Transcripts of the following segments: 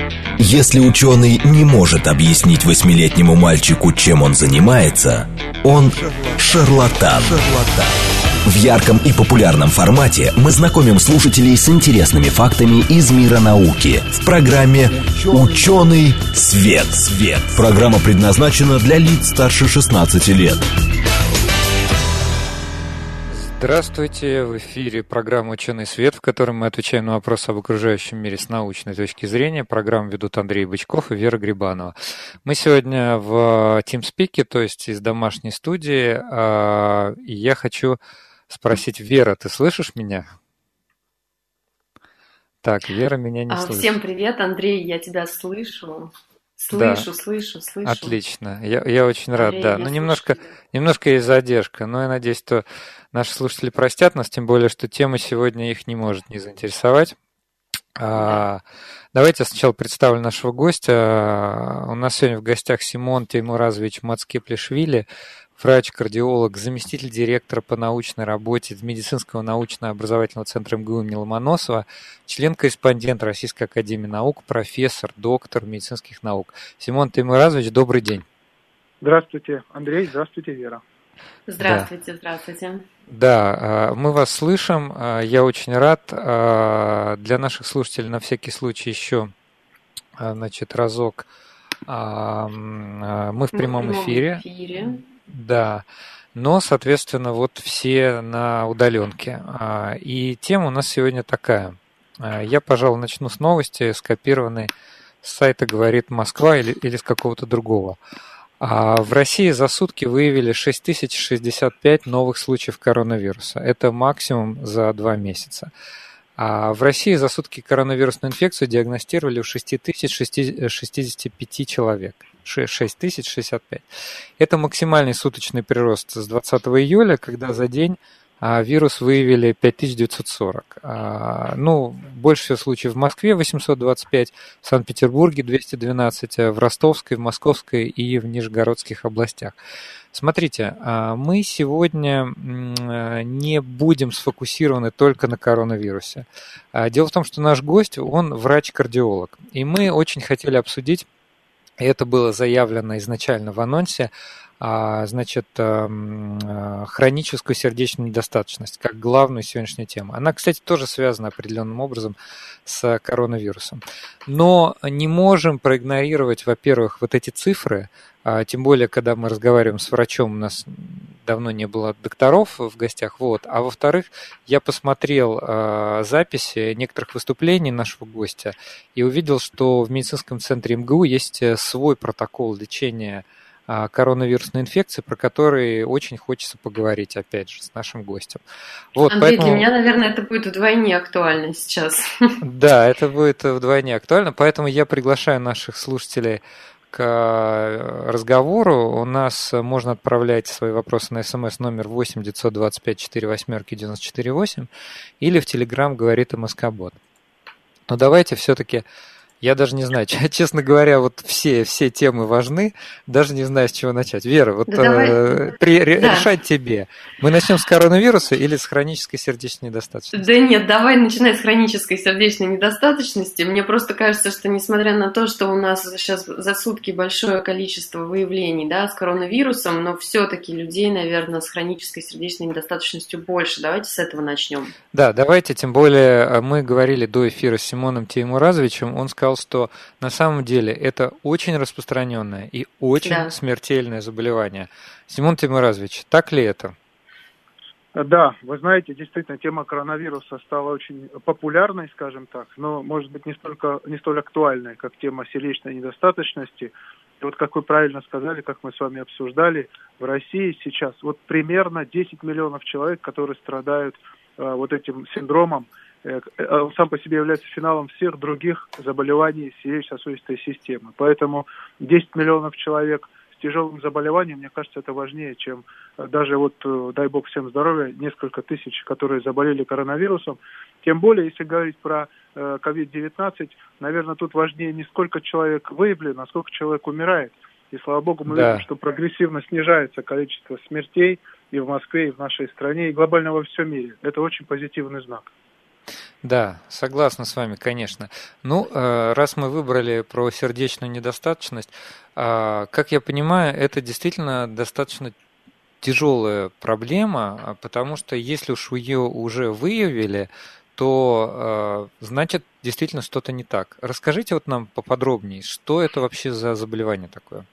Если ученый не может объяснить 8-летнему мальчику, чем он занимается, он шарлатан. В ярком и популярном формате мы знакомим слушателей с интересными фактами из мира науки в программе «Ученый свет». Программа предназначена для лиц старше 16 лет. Здравствуйте, в эфире программа «Ученый свет», в которой мы отвечаем на вопросы об окружающем мире с научной точки зрения. Программу ведут Андрей Бычков и Вера Грибанова. Мы сегодня в TeamSpeak, то есть из домашней студии, и я хочу спросить, Вера, ты слышишь меня? Так, Вера меня не слышит. Всем привет, Андрей, я тебя слышу. Слышу. Отлично, я очень рад, да. Ну, немножко есть задержка, но я надеюсь, что наши слушатели простят нас, тем более, что тема сегодня их не может не заинтересовать. Давайте я сначала представлю нашего гостя. У нас сегодня в гостях Симон Теймуразович Мацкеплишвили, врач-кардиолог, заместитель директора по научной работе медицинского научно-образовательного центра МГУ имени Ломоносова, член-корреспондент Российской академии наук, профессор, доктор медицинских наук. Симон Теймуразович, добрый день. Здравствуйте, Андрей, здравствуйте, Вера. Здравствуйте. Да, мы вас слышим, я очень рад. Для наших слушателей на всякий случай еще, разок. Мы в прямом эфире. Да, но, соответственно, вот все на удаленке. И тема у нас сегодня такая. Я, пожалуй, начну с новости, скопированной с сайта «Говорит Москва» или с какого-то другого. В России за сутки выявили 6065 новых случаев коронавируса. Это максимум за 2 месяца. В России за сутки коронавирусную инфекцию диагностировали у 6065 человек. 6065. Это максимальный суточный прирост с 20 июля, когда за день вирус выявили 5940. Больше всего случаев в Москве 825, в Санкт-Петербурге 212, в Ростовской, в Московской и в Нижегородских областях. Смотрите, мы сегодня не будем сфокусированы только на коронавирусе. Дело в том, что наш гость, он врач-кардиолог. И мы очень хотели обсудить, и это было заявлено изначально в анонсе, хроническую сердечную недостаточность как главную сегодняшнюю тему. Она, кстати, тоже связана определенным образом с коронавирусом. Но не можем проигнорировать, во-первых, вот эти цифры, тем более, когда мы разговариваем с врачом, у нас давно не было докторов в гостях, а во-вторых, я посмотрел записи некоторых выступлений нашего гостя и увидел, что в медицинском центре МГУ есть свой протокол лечения коронавирусной инфекции, про который очень хочется поговорить, опять же, с нашим гостем. Андрей, для меня, наверное, это будет вдвойне актуально сейчас. Да, это будет вдвойне актуально, поэтому я приглашаю наших слушателей к разговору. У нас можно отправлять свои вопросы на смс номер 8 925 48 94 8 или в Телеграм «Говорит МСК-бот». Но давайте все-таки... Я даже не знаю, честно говоря, вот все темы важны, даже не знаю, с чего начать. Вера, решать тебе. Мы начнем с коронавируса или с хронической сердечной недостаточности? Да нет, давай начинать с хронической сердечной недостаточности. Мне просто кажется, что несмотря на то, что у нас сейчас за сутки большое количество выявлений, с коронавирусом, но все-таки людей, наверное, с хронической сердечной недостаточностью больше. Давайте с этого начнем. Да, давайте, тем более мы говорили до эфира с Симоном Теймуразовичем, он сказал, что на самом деле это очень распространенное и очень смертельное заболевание. Симон Теймуразович, так ли это? Да, вы знаете, действительно, тема коронавируса стала очень популярной, скажем так, но, может быть, не столь актуальной, как тема сердечной недостаточности. И вот, как вы правильно сказали, как мы с вами обсуждали, в России сейчас примерно 10 миллионов человек, которые страдают этим синдромом. Он сам по себе является финалом всех других заболеваний сердечно-сосудистой системы. Поэтому 10 миллионов человек с тяжелым заболеванием, мне кажется, это важнее, чем даже дай бог всем здоровья, несколько тысяч, которые заболели коронавирусом. Тем более, если говорить про COVID-19, наверное, тут важнее не сколько человек выявлено, а сколько человек умирает. И, слава богу, мы видим, что прогрессивно снижается количество смертей и в Москве, и в нашей стране, и глобально во всем мире. Это очень позитивный знак. Да, согласна с вами, конечно. Ну, раз мы выбрали про сердечную недостаточность, как я понимаю, это действительно достаточно тяжелая проблема, потому что если уж ее уже выявили, то значит действительно что-то не так. Расскажите вот нам поподробнее, что это вообще за заболевание такое?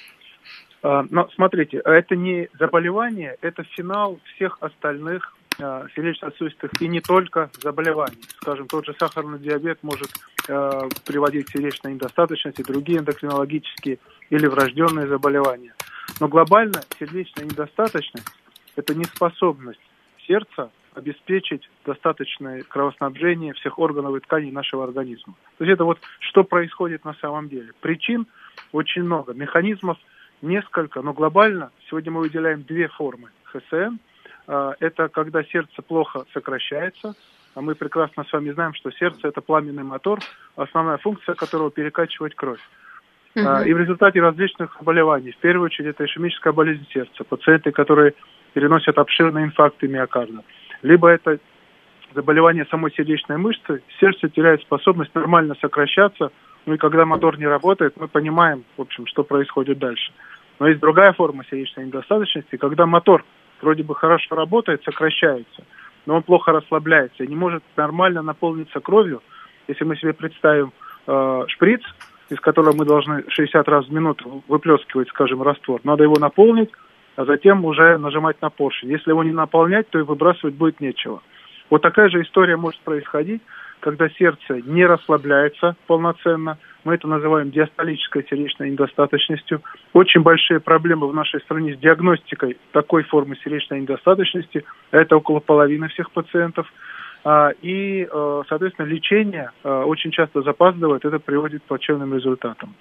Но смотрите, это не заболевание, это финал всех остальных сердечно-сосудистых и не только заболеваний. Скажем, тот же сахарный диабет может приводить к сердечной недостаточности, другие эндокринологические или врожденные заболевания. Но глобально сердечная недостаточность – это неспособность сердца обеспечить достаточное кровоснабжение всех органов и тканей нашего организма. То есть это вот что происходит на самом деле. Причин очень много, механизмов несколько, но глобально сегодня мы выделяем две формы ХСН. Это когда сердце плохо сокращается, а мы прекрасно с вами знаем, что сердце – это пламенный мотор, основная функция которого – перекачивать кровь. И в результате различных заболеваний, в первую очередь это ишемическая болезнь сердца, пациенты, которые переносят обширные инфаркты миокарда, либо это заболевание самой сердечной мышцы, сердце теряет способность нормально сокращаться, ну и когда мотор не работает, мы понимаем, в общем, что происходит дальше. Но есть другая форма сердечной недостаточности, когда мотор вроде бы хорошо работает, сокращается, но он плохо расслабляется и не может нормально наполниться кровью. Если мы себе представим шприц, из которого мы должны 60 раз в минуту выплескивать, скажем, раствор, надо его наполнить, а затем уже нажимать на поршень. Если его не наполнять, то и выбрасывать будет нечего. Вот такая же история может происходить, когда сердце не расслабляется полноценно. Мы это называем диастолической сердечной недостаточностью. Очень большие проблемы в нашей стране с диагностикой такой формы сердечной недостаточности. Это около половины всех пациентов. И, соответственно, лечение очень часто запаздывает. Это приводит к плачевным результатам.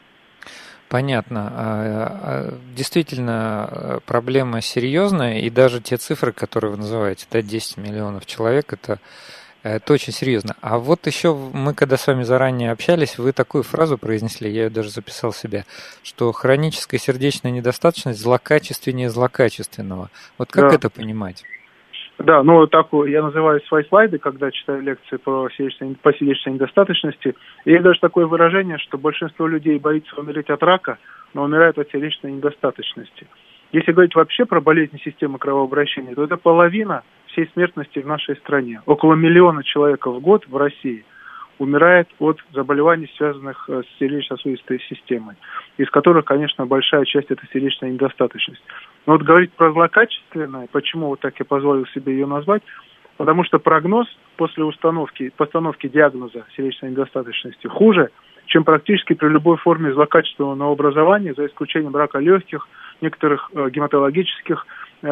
Понятно. Действительно, проблема серьезная, и даже те цифры, которые вы называете, 10 миллионов человек, это очень серьезно. А вот еще мы, когда с вами заранее общались, вы такую фразу произнесли, я ее даже записал себе, что хроническая сердечная недостаточность злокачественнее злокачественного. Вот как это понимать? Да, ну так я называю свои слайды, когда читаю лекции по сердечной недостаточности. И есть даже такое выражение, что большинство людей боится умереть от рака, но умирают от сердечной недостаточности. Если говорить вообще про болезни системы кровообращения, то это половина всей смертности в нашей стране. Около 1 миллиона человек в год в России умирает от заболеваний, связанных с сердечно-сосудистой системой, из которых, конечно, большая часть – это сердечная недостаточность. Но вот говорить про злокачественное, почему вот так я позволил себе ее назвать, потому что прогноз после постановки диагноза сердечной недостаточности хуже, чем практически при любой форме злокачественного новообразования, за исключением рака легких, некоторых гематологических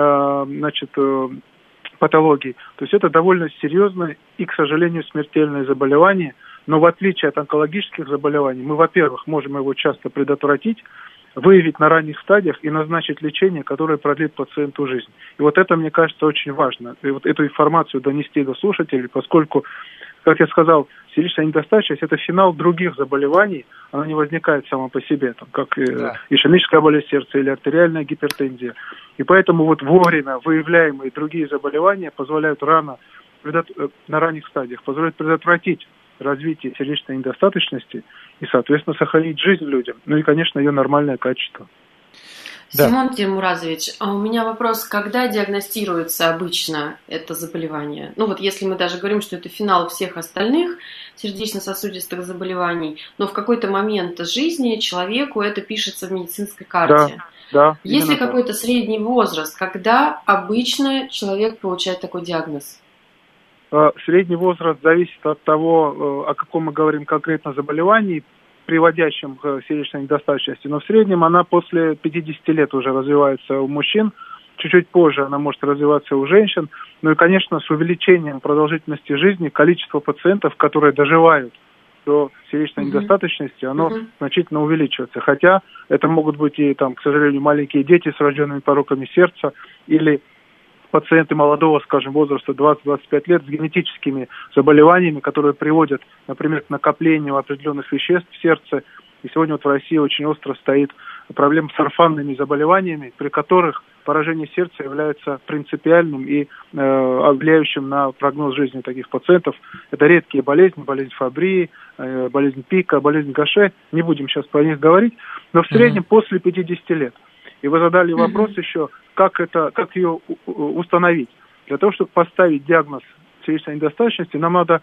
патологий. То есть это довольно серьезное и, к сожалению, смертельное заболевание. Но в отличие от онкологических заболеваний, мы, во-первых, можем его часто предотвратить, выявить на ранних стадиях и назначить лечение, которое продлит пациенту жизнь. И вот это, мне кажется, очень важно. И вот эту информацию донести до слушателей, поскольку, как я сказал, сердечная недостаточность – это финал других заболеваний, она не возникает сама по себе, как ишемическая болезнь сердца или артериальная гипертензия. И поэтому вот вовремя выявляемые другие заболевания позволяют на ранних стадиях, позволяют предотвратить развитие сердечной недостаточности и, соответственно, сохранить жизнь людям. Ну и, конечно, ее нормальное качество. Симон Тимуразович, а у меня вопрос, когда диагностируется обычно это заболевание? Ну вот если мы даже говорим, что это финал всех остальных сердечно-сосудистых заболеваний, но в какой-то момент жизни человеку это пишется в медицинской карте. Да, есть ли какой-то средний возраст, когда обычно человек получает такой диагноз? Средний возраст зависит от того, о каком мы говорим конкретно заболевании, приводящем к сердечной недостаточности. Но в среднем она после 50 лет уже развивается у мужчин, чуть-чуть позже она может развиваться у женщин. Ну и, конечно, с увеличением продолжительности жизни количество пациентов, которые доживают до сердечной недостаточности, оно значительно увеличивается. Хотя это могут быть и, к сожалению, маленькие дети с врожденными пороками сердца или пациенты молодого, скажем, возраста 20-25 лет с генетическими заболеваниями, которые приводят, например, к накоплению определенных веществ в сердце. И сегодня вот в России очень остро стоит проблема с орфанными заболеваниями, при которых поражение сердца является принципиальным и влияющим на прогноз жизни таких пациентов. Это редкие болезни, болезнь Фабри, болезнь Пика, болезнь Гаше. Не будем сейчас про них говорить, но в среднем после 50 лет. И вы задали вопрос еще, как ее установить. Для того, чтобы поставить диагноз сердечной недостаточности, нам надо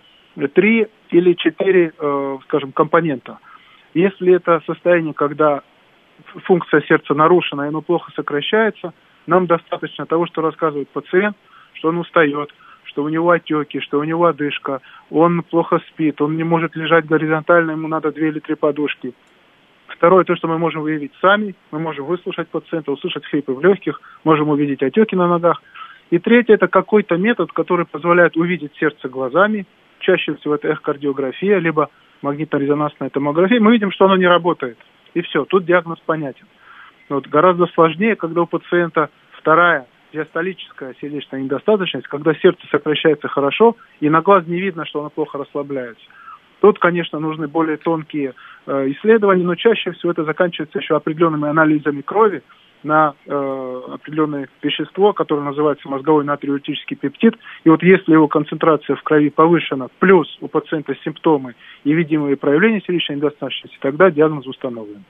3 или 4, скажем, компонента. Если это состояние, когда функция сердца нарушена, и оно плохо сокращается, нам достаточно того, что рассказывает пациент, что он устает, что у него отеки, что у него одышка, он плохо спит, он не может лежать горизонтально, ему надо 2 или 3 подушки. Второе, то, что мы можем выявить сами, мы можем выслушать пациента, услышать хрипы в легких, можем увидеть отеки на ногах. И третье, это какой-то метод, который позволяет увидеть сердце глазами, чаще всего это эхокардиография, либо магнитно-резонансная томография, мы видим, что оно не работает. И все, тут диагноз понятен. Вот гораздо сложнее, когда у пациента вторая диастолическая сердечная недостаточность, когда сердце сокращается хорошо, и на глаз не видно, что оно плохо расслабляется. Тут, конечно, нужны более тонкие исследования, но чаще всего это заканчивается еще определенными анализами крови на определенное вещество, которое называется мозговой натриуретический пептид. И вот если его концентрация в крови повышена, плюс у пациента симптомы и видимые проявления сердечной недостаточности, тогда диагноз установлен.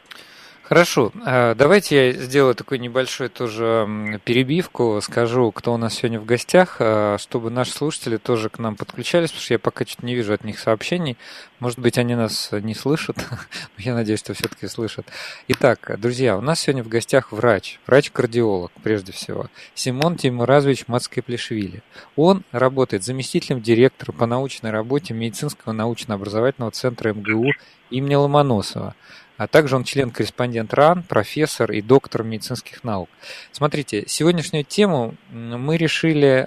Хорошо, давайте я сделаю такую небольшую тоже перебивку, скажу, кто у нас сегодня в гостях, чтобы наши слушатели тоже к нам подключались, потому что я пока что-то не вижу от них сообщений. Может быть, они нас не слышат, но я надеюсь, что все-таки слышат. Итак, друзья, у нас сегодня в гостях врач-кардиолог, прежде всего, Симон Теймуразович Мацкаплишвили. Он работает заместителем директора по научной работе медицинского научно-образовательного центра МГУ имени Ломоносова. А также он член-корреспондент РАН, профессор и доктор медицинских наук. Смотрите, сегодняшнюю тему мы решили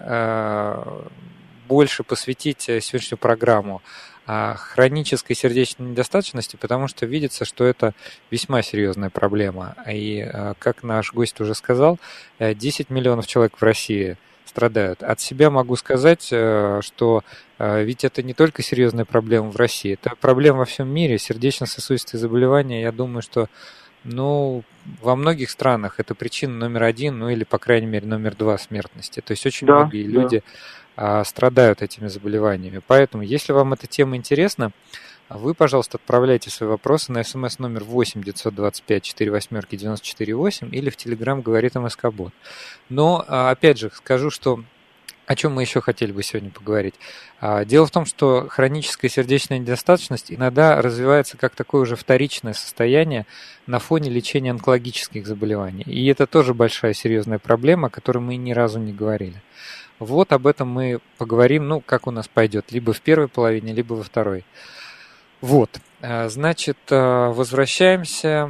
больше посвятить сегодняшнюю программу хронической сердечной недостаточности, потому что видится, что это весьма серьезная проблема. И, как наш гость уже сказал, 10 миллионов человек в России страдают. От себя могу сказать, что ведь это не только серьезная проблема в России, это проблема во всем мире. Сердечно-сосудистые заболевания, я думаю, что во многих странах это причина номер 1, или, по крайней мере, номер 2 смертности. То есть очень многие люди страдают этими заболеваниями. Поэтому, если вам эта тема интересна, вы, пожалуйста, отправляйте свои вопросы на смс номер 8 925 48 94 8 или в Telegram говорит МСК-бот. Но, опять же, скажу, что о чем мы еще хотели бы сегодня поговорить. Дело в том, что хроническая сердечная недостаточность иногда развивается как такое уже вторичное состояние на фоне лечения онкологических заболеваний. И это тоже большая серьезная проблема, о которой мы ни разу не говорили. Вот об этом мы поговорим, как у нас пойдет, либо в первой половине, либо во второй. Вот, значит, возвращаемся.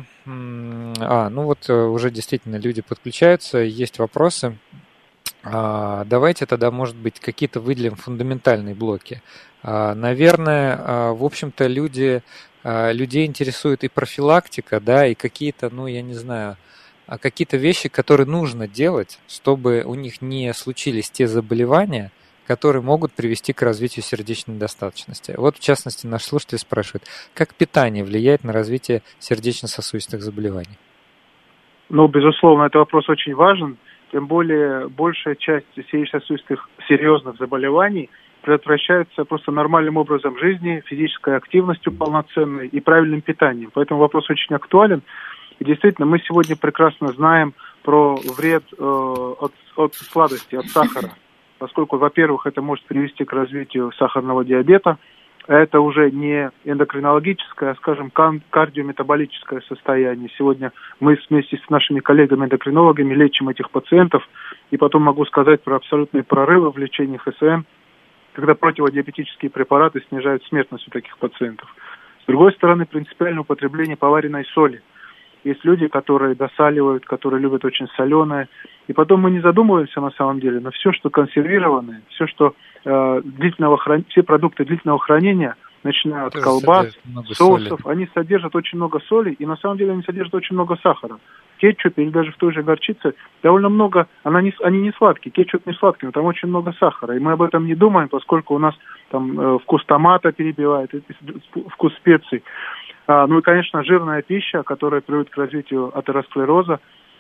Уже действительно люди подключаются, есть вопросы. Давайте тогда, может быть, какие-то выделим фундаментальные блоки. Наверное, в общем-то, людей интересует и профилактика, да, и какие-то, я не знаю, какие-то вещи, которые нужно делать, чтобы у них не случились те заболевания, которые могут привести к развитию сердечной недостаточности. Вот, в частности, наш слушатель спрашивает, как питание влияет на развитие сердечно-сосудистых заболеваний? Безусловно, этот вопрос очень важен. Тем более, большая часть сердечно-сосудистых серьезных заболеваний предотвращается просто нормальным образом жизни, физической активностью полноценной и правильным питанием. Поэтому вопрос очень актуален. И действительно, мы сегодня прекрасно знаем про вред от сладости, от сахара. Поскольку, во-первых, это может привести к развитию сахарного диабета, это уже не эндокринологическое, а, скажем, кардиометаболическое состояние. Сегодня мы вместе с нашими коллегами-эндокринологами лечим этих пациентов, и потом могу сказать про абсолютные прорывы в лечении ХСМ, когда противодиабетические препараты снижают смертность у таких пациентов. С другой стороны, принципиальное употребление поваренной соли. Есть люди, которые досаливают, которые любят очень соленое. И потом мы не задумываемся на самом деле, но все, что консервированное, все, что все продукты длительного хранения, начиная от колбас, соусов, они содержат очень много соли, и на самом деле они содержат очень много сахара. В кетчупе или даже в той же горчице довольно много, они не сладкие, кетчуп не сладкий, но там очень много сахара. И мы об этом не думаем, поскольку у нас там вкус томата перебивает, вкус специй. И, конечно, жирная пища, которая приводит к развитию атеросклероза,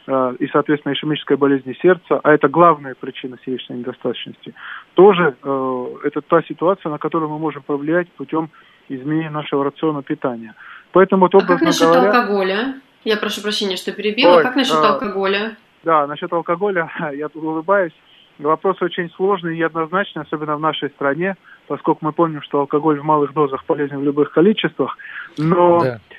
и, соответственно, ишемической болезни сердца, а это главная причина сердечной недостаточности, тоже это та ситуация, на которую мы можем повлиять путем изменения нашего рациона питания. Поэтому, вот, образно как насчет говоря, алкоголя? Я прошу прощения, что перебила. Как насчет алкоголя? Да, насчет алкоголя, я тут улыбаюсь. Вопрос очень сложный и неоднозначный, особенно в нашей стране, поскольку мы помним, что алкоголь в малых дозах полезен в любых количествах. Но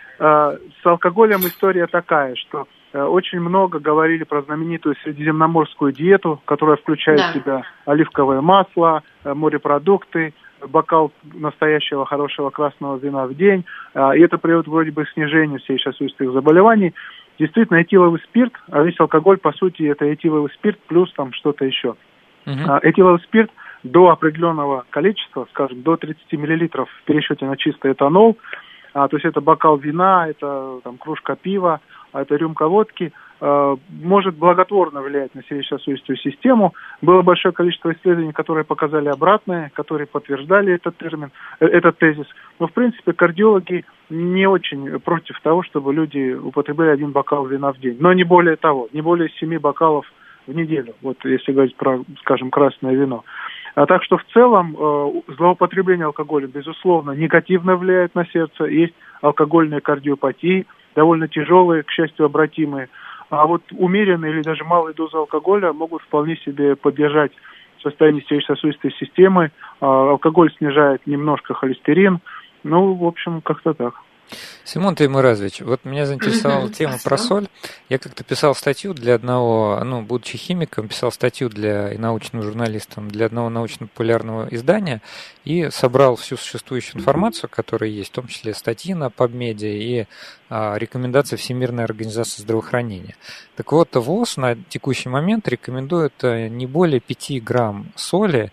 с алкоголем история такая, что очень много говорили про знаменитую средиземноморскую диету, которая включает в себя оливковое масло, морепродукты, бокал настоящего хорошего красного вина в день. И это приводит вроде бы к снижению сердечно-сосудистых заболеваний. Действительно, этиловый спирт, а весь алкоголь, по сути, это этиловый спирт плюс там что-то еще. Этиловый спирт до определенного количества, скажем, до 30 мл в пересчете на чистый этанол, то есть это бокал вина, это там, кружка пива, это рюмка водки, может благотворно влиять на сердечно-сосудистую систему. Было большое количество исследований, которые показали обратное, которые подтверждали этот термин, этот тезис. Но, в принципе, кардиологи не очень против того, чтобы люди употребляли 1 бокал вина в день. Но не более того, не более 7 бокалов в неделю, вот если говорить про, скажем, красное вино. Так что в целом злоупотребление алкоголем, безусловно, негативно влияет на сердце. Есть алкогольные кардиопатии, довольно тяжелые, к счастью, обратимые. А вот умеренные или даже малые дозы алкоголя могут вполне себе поддержать состояние сердечно-сосудистой системы. Алкоголь снижает немножко холестерин. Ну, в общем, как-то так. Симон Теймуразович, вот меня заинтересовала тема про соль. Я как-то писал статью для одного, будучи химиком, писал статью и научным журналистом для одного научно-популярного издания и собрал всю существующую информацию, которая есть, в том числе статьи на PubMed и рекомендации Всемирной организации здравоохранения. Так вот, ВОЗ на текущий момент рекомендует не более 5 грамм соли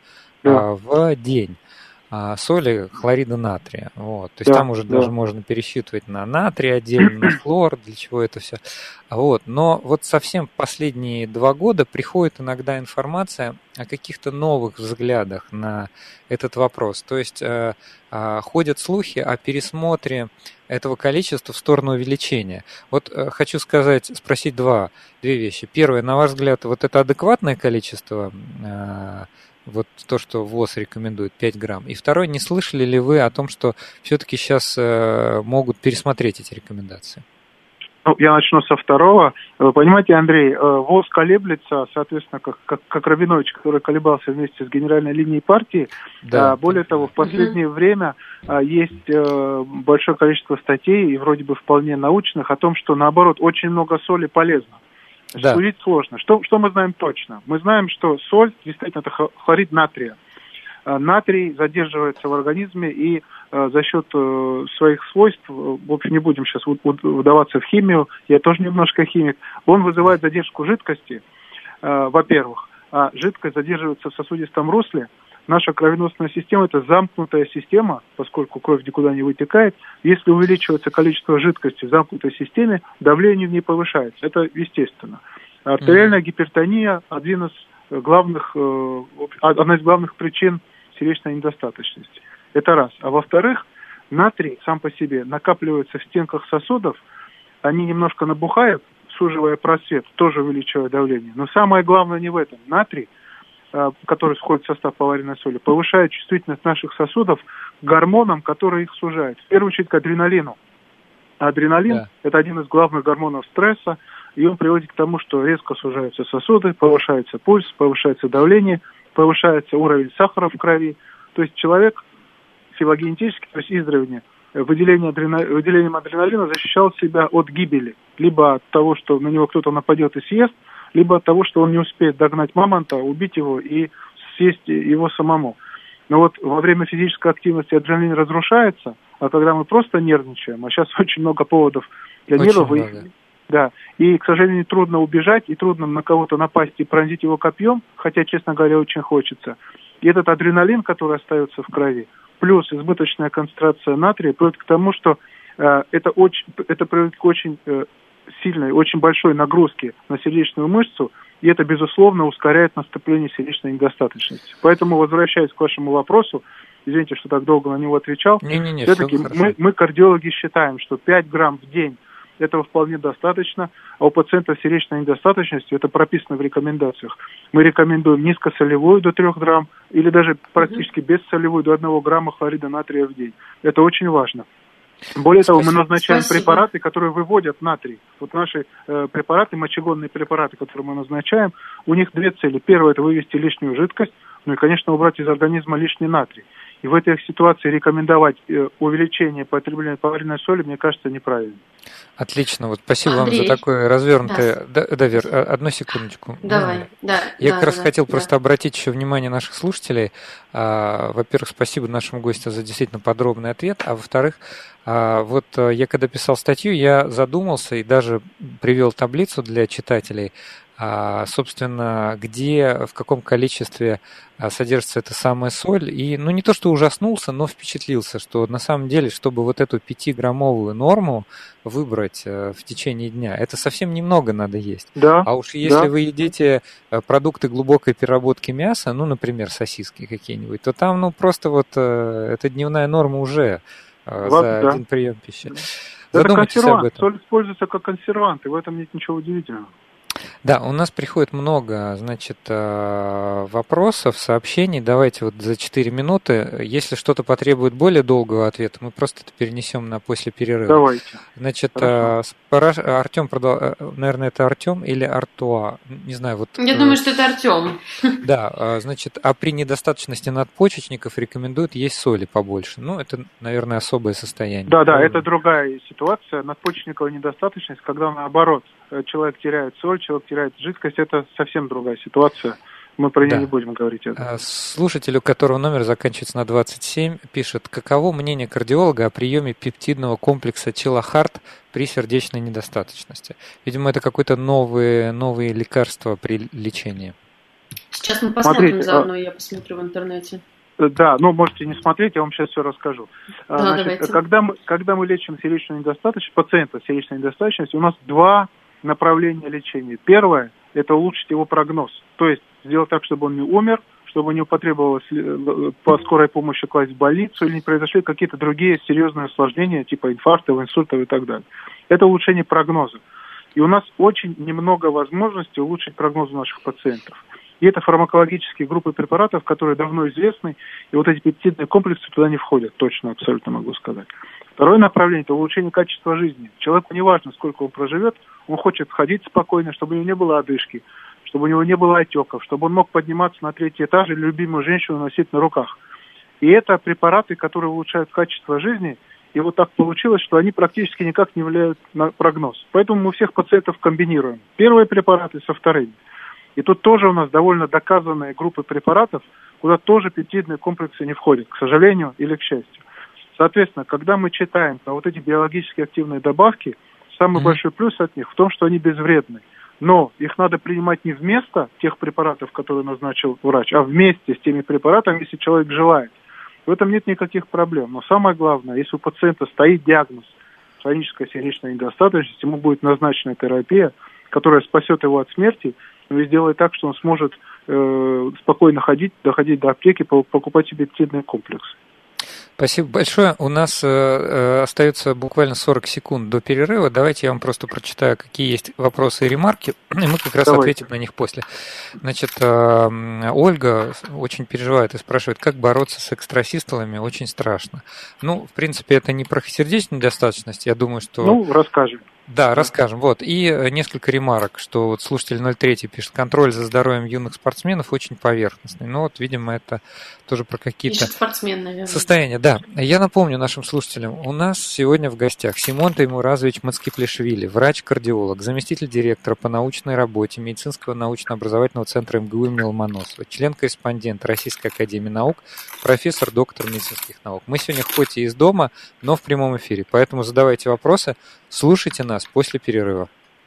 в день. Соли хлорида натрия. Вот. То есть там уже даже можно пересчитывать на натрий отдельно, на хлор, для чего это все. Но вот совсем последние 2 года приходит иногда информация о каких-то новых взглядах на этот вопрос. То есть ходят слухи о пересмотре этого количества в сторону увеличения. Вот хочу спросить две вещи. Первое, на ваш взгляд, вот это адекватное количество, вот то, что ВОЗ рекомендует, 5 грамм. И второе, не слышали ли вы о том, что все-таки сейчас могут пересмотреть эти рекомендации? Я начну со второго. Вы понимаете, Андрей, ВОЗ колеблется, соответственно, как Рабинович, который колебался вместе с генеральной линией партии. Более того, в последнее время есть большое количество статей, и вроде бы вполне научных, о том, что, наоборот, очень много соли полезно. Судить сложно. Что мы знаем точно? Мы знаем, что соль, действительно, это хлорид натрия. Натрий задерживается в организме и за счет своих свойств, в общем, не будем сейчас вдаваться в химию, я тоже немножко химик, он вызывает задержку жидкости, во-первых, а жидкость задерживается в сосудистом русле. Наша кровеносная система – это замкнутая система, поскольку кровь никуда не вытекает. Если увеличивается количество жидкости в замкнутой системе, давление в ней повышается. Это естественно. Артериальная гипертония – одна из главных причин сердечной недостаточности. Это раз. А во-вторых, натрий сам по себе накапливается в стенках сосудов, они немножко набухают, суживая просвет, тоже увеличивая давление. Но самое главное не в этом. Натрий, который входит в состав поваренной соли, повышает чувствительность наших сосудов к гормонам, которые их сужают. В первую очередь к адреналину. Адреналин – это один из главных гормонов стресса, и он приводит к тому, что резко сужаются сосуды, повышается пульс, повышается давление, повышается уровень сахара в крови. То есть человек филогенетически, то есть издревле, выделением адреналина защищал себя от гибели. Либо от того, что на него кто-то нападет и съест, либо от того, что он не успеет догнать мамонта, убить его и съесть его самому. Но вот во время физической активности адреналин разрушается, а когда мы просто нервничаем, а сейчас очень много поводов для нервов, и, к сожалению, трудно убежать, и трудно на кого-то напасть и пронзить его копьем, хотя, честно говоря, очень хочется. И этот адреналин, который остается в крови, плюс избыточная концентрация натрия, приводит к тому, что это приводит к очень сильной, очень большой нагрузке на сердечную мышцу, и это, безусловно, ускоряет наступление сердечной недостаточности. Поэтому, возвращаясь к вашему вопросу, извините, что так долго на него отвечал, все-таки мы, кардиологи, считаем, что 5 грамм в день этого вполне достаточно. А у пациентов с сердечной недостаточностью, это прописано в рекомендациях, мы рекомендуем низкосолевую до 3 грамм или даже практически бессолевую до 1 грамма хлорида натрия в день. Это очень важно. Более того, мы назначаем препараты, которые выводят натрий. Вот наши препараты, мочегонные препараты, которые мы назначаем, у них две цели. Первое – это вывести лишнюю жидкость, ну и, конечно, убрать из организма лишний натрий. И в этой ситуации рекомендовать увеличение потребления поваренной соли, мне кажется, неправильно. Отлично, вот спасибо Андрей, вам за такое развернутое... Да, Вер, одну секундочку. Давай, Я как раз хотел просто обратить еще внимание наших слушателей. Во-первых, спасибо нашему гостю за действительно подробный ответ, а во-вторых, вот я когда писал статью, я задумался и даже привел таблицу для читателей, собственно, где, в каком количестве содержится эта самая соль. И, ну, не то, что ужаснулся, но впечатлился, что на самом деле, чтобы вот эту 5-граммовую норму выбрать в течение дня, это совсем немного надо есть. Да, а уж если вы едите продукты глубокой переработки мяса, ну, например, сосиски какие-нибудь, то там, ну, просто вот эта дневная норма уже за один прием пищи. Это консервант. Соль используется как консервант, и в этом нет ничего удивительного. Да, у нас приходит много, значит, вопросов, сообщений. Давайте вот за 4 минуты. Если что-то потребует более долгого ответа, мы просто это перенесем на после перерыва. Давайте. Значит, Артем, наверное, это Артем или Артуа? Не знаю. Вот. Я думаю, что это Артем. Да, значит, а при недостаточности надпочечников рекомендуют есть соли побольше. Ну, это, наверное, особое состояние. Да, это другая ситуация. Надпочечниковая недостаточность, когда наоборот, человек теряет соль, человек теряет жидкость, это совсем другая ситуация. Мы про нее не будем говорить. Слушатель, у которого номер заканчивается на 27, пишет: каково мнение кардиолога о приеме пептидного комплекса Челохард при сердечной недостаточности? Видимо, это какое-то новые лекарства при лечении. Сейчас мы посмотрим заодно, я посмотрю в интернете. Да, можете не смотреть, я вам сейчас все расскажу. Значит, когда мы лечим сердечную недостаточность, пациента с сердечной недостаточностью, у нас два направления лечения. Первое – это улучшить его прогноз, то есть сделать так, чтобы он не умер, чтобы не потребовалось по скорой помощи класть в больницу или не произошли какие-то другие серьезные осложнения, типа инфарктов, инсультов и так далее. Это улучшение прогноза. И у нас очень немного возможностей улучшить прогноз у наших пациентов. И это фармакологические группы препаратов, которые давно известны, и вот эти пептидные комплексы туда не входят, точно, абсолютно могу сказать. Второе направление – это улучшение качества жизни. Человеку не важно, сколько он проживет, он хочет ходить спокойно, чтобы у него не было одышки, чтобы у него не было отеков, чтобы он мог подниматься на 3-й этаж или любимую женщину носить на руках. И это препараты, которые улучшают качество жизни, и вот так получилось, что они практически никак не влияют на прогноз. Поэтому мы всех пациентов комбинируем. Первые препараты со вторыми. И тут тоже у нас довольно доказанные группы препаратов, куда тоже пептидные комплексы не входят, к сожалению или к счастью. Соответственно, когда мы читаем про вот эти биологически активные добавки, самый большой плюс от них в том, что они безвредны. Но их надо принимать не вместо тех препаратов, которые назначил врач, а вместе с теми препаратами, если человек желает. В этом нет никаких проблем. Но самое главное, если у пациента стоит диагноз хронической сердечной недостаточности, ему будет назначена терапия, которая спасет его от смерти, и сделает так, что он сможет спокойно доходить до аптеки, покупать себе пептидные комплексы. Спасибо большое. У нас остается буквально 40 секунд до перерыва. Давайте я вам просто прочитаю, какие есть вопросы и ремарки, и мы как раз ответим на них после. Значит, Ольга очень переживает и спрашивает, как бороться с экстрасистолами, очень страшно. Ну, в принципе, это не про сердечную недостаточность, я думаю, что... расскажем. Да, расскажем. Вот. И несколько ремарок, что вот слушатель 03 пишет, контроль за здоровьем юных спортсменов очень поверхностный. Ну вот, видимо, это тоже про какие-то состояния. Да. Я напомню нашим слушателям, у нас сегодня в гостях Симон Таймуразович Мацкиплишвили, врач-кардиолог, заместитель директора по научной работе Медицинского научно-образовательного центра МГУ имени Ломоносова, член-корреспондент Российской академии наук, профессор, доктор медицинских наук. Мы сегодня хоть и из дома, но в прямом эфире, поэтому задавайте вопросы, слушайте нас после перерыва.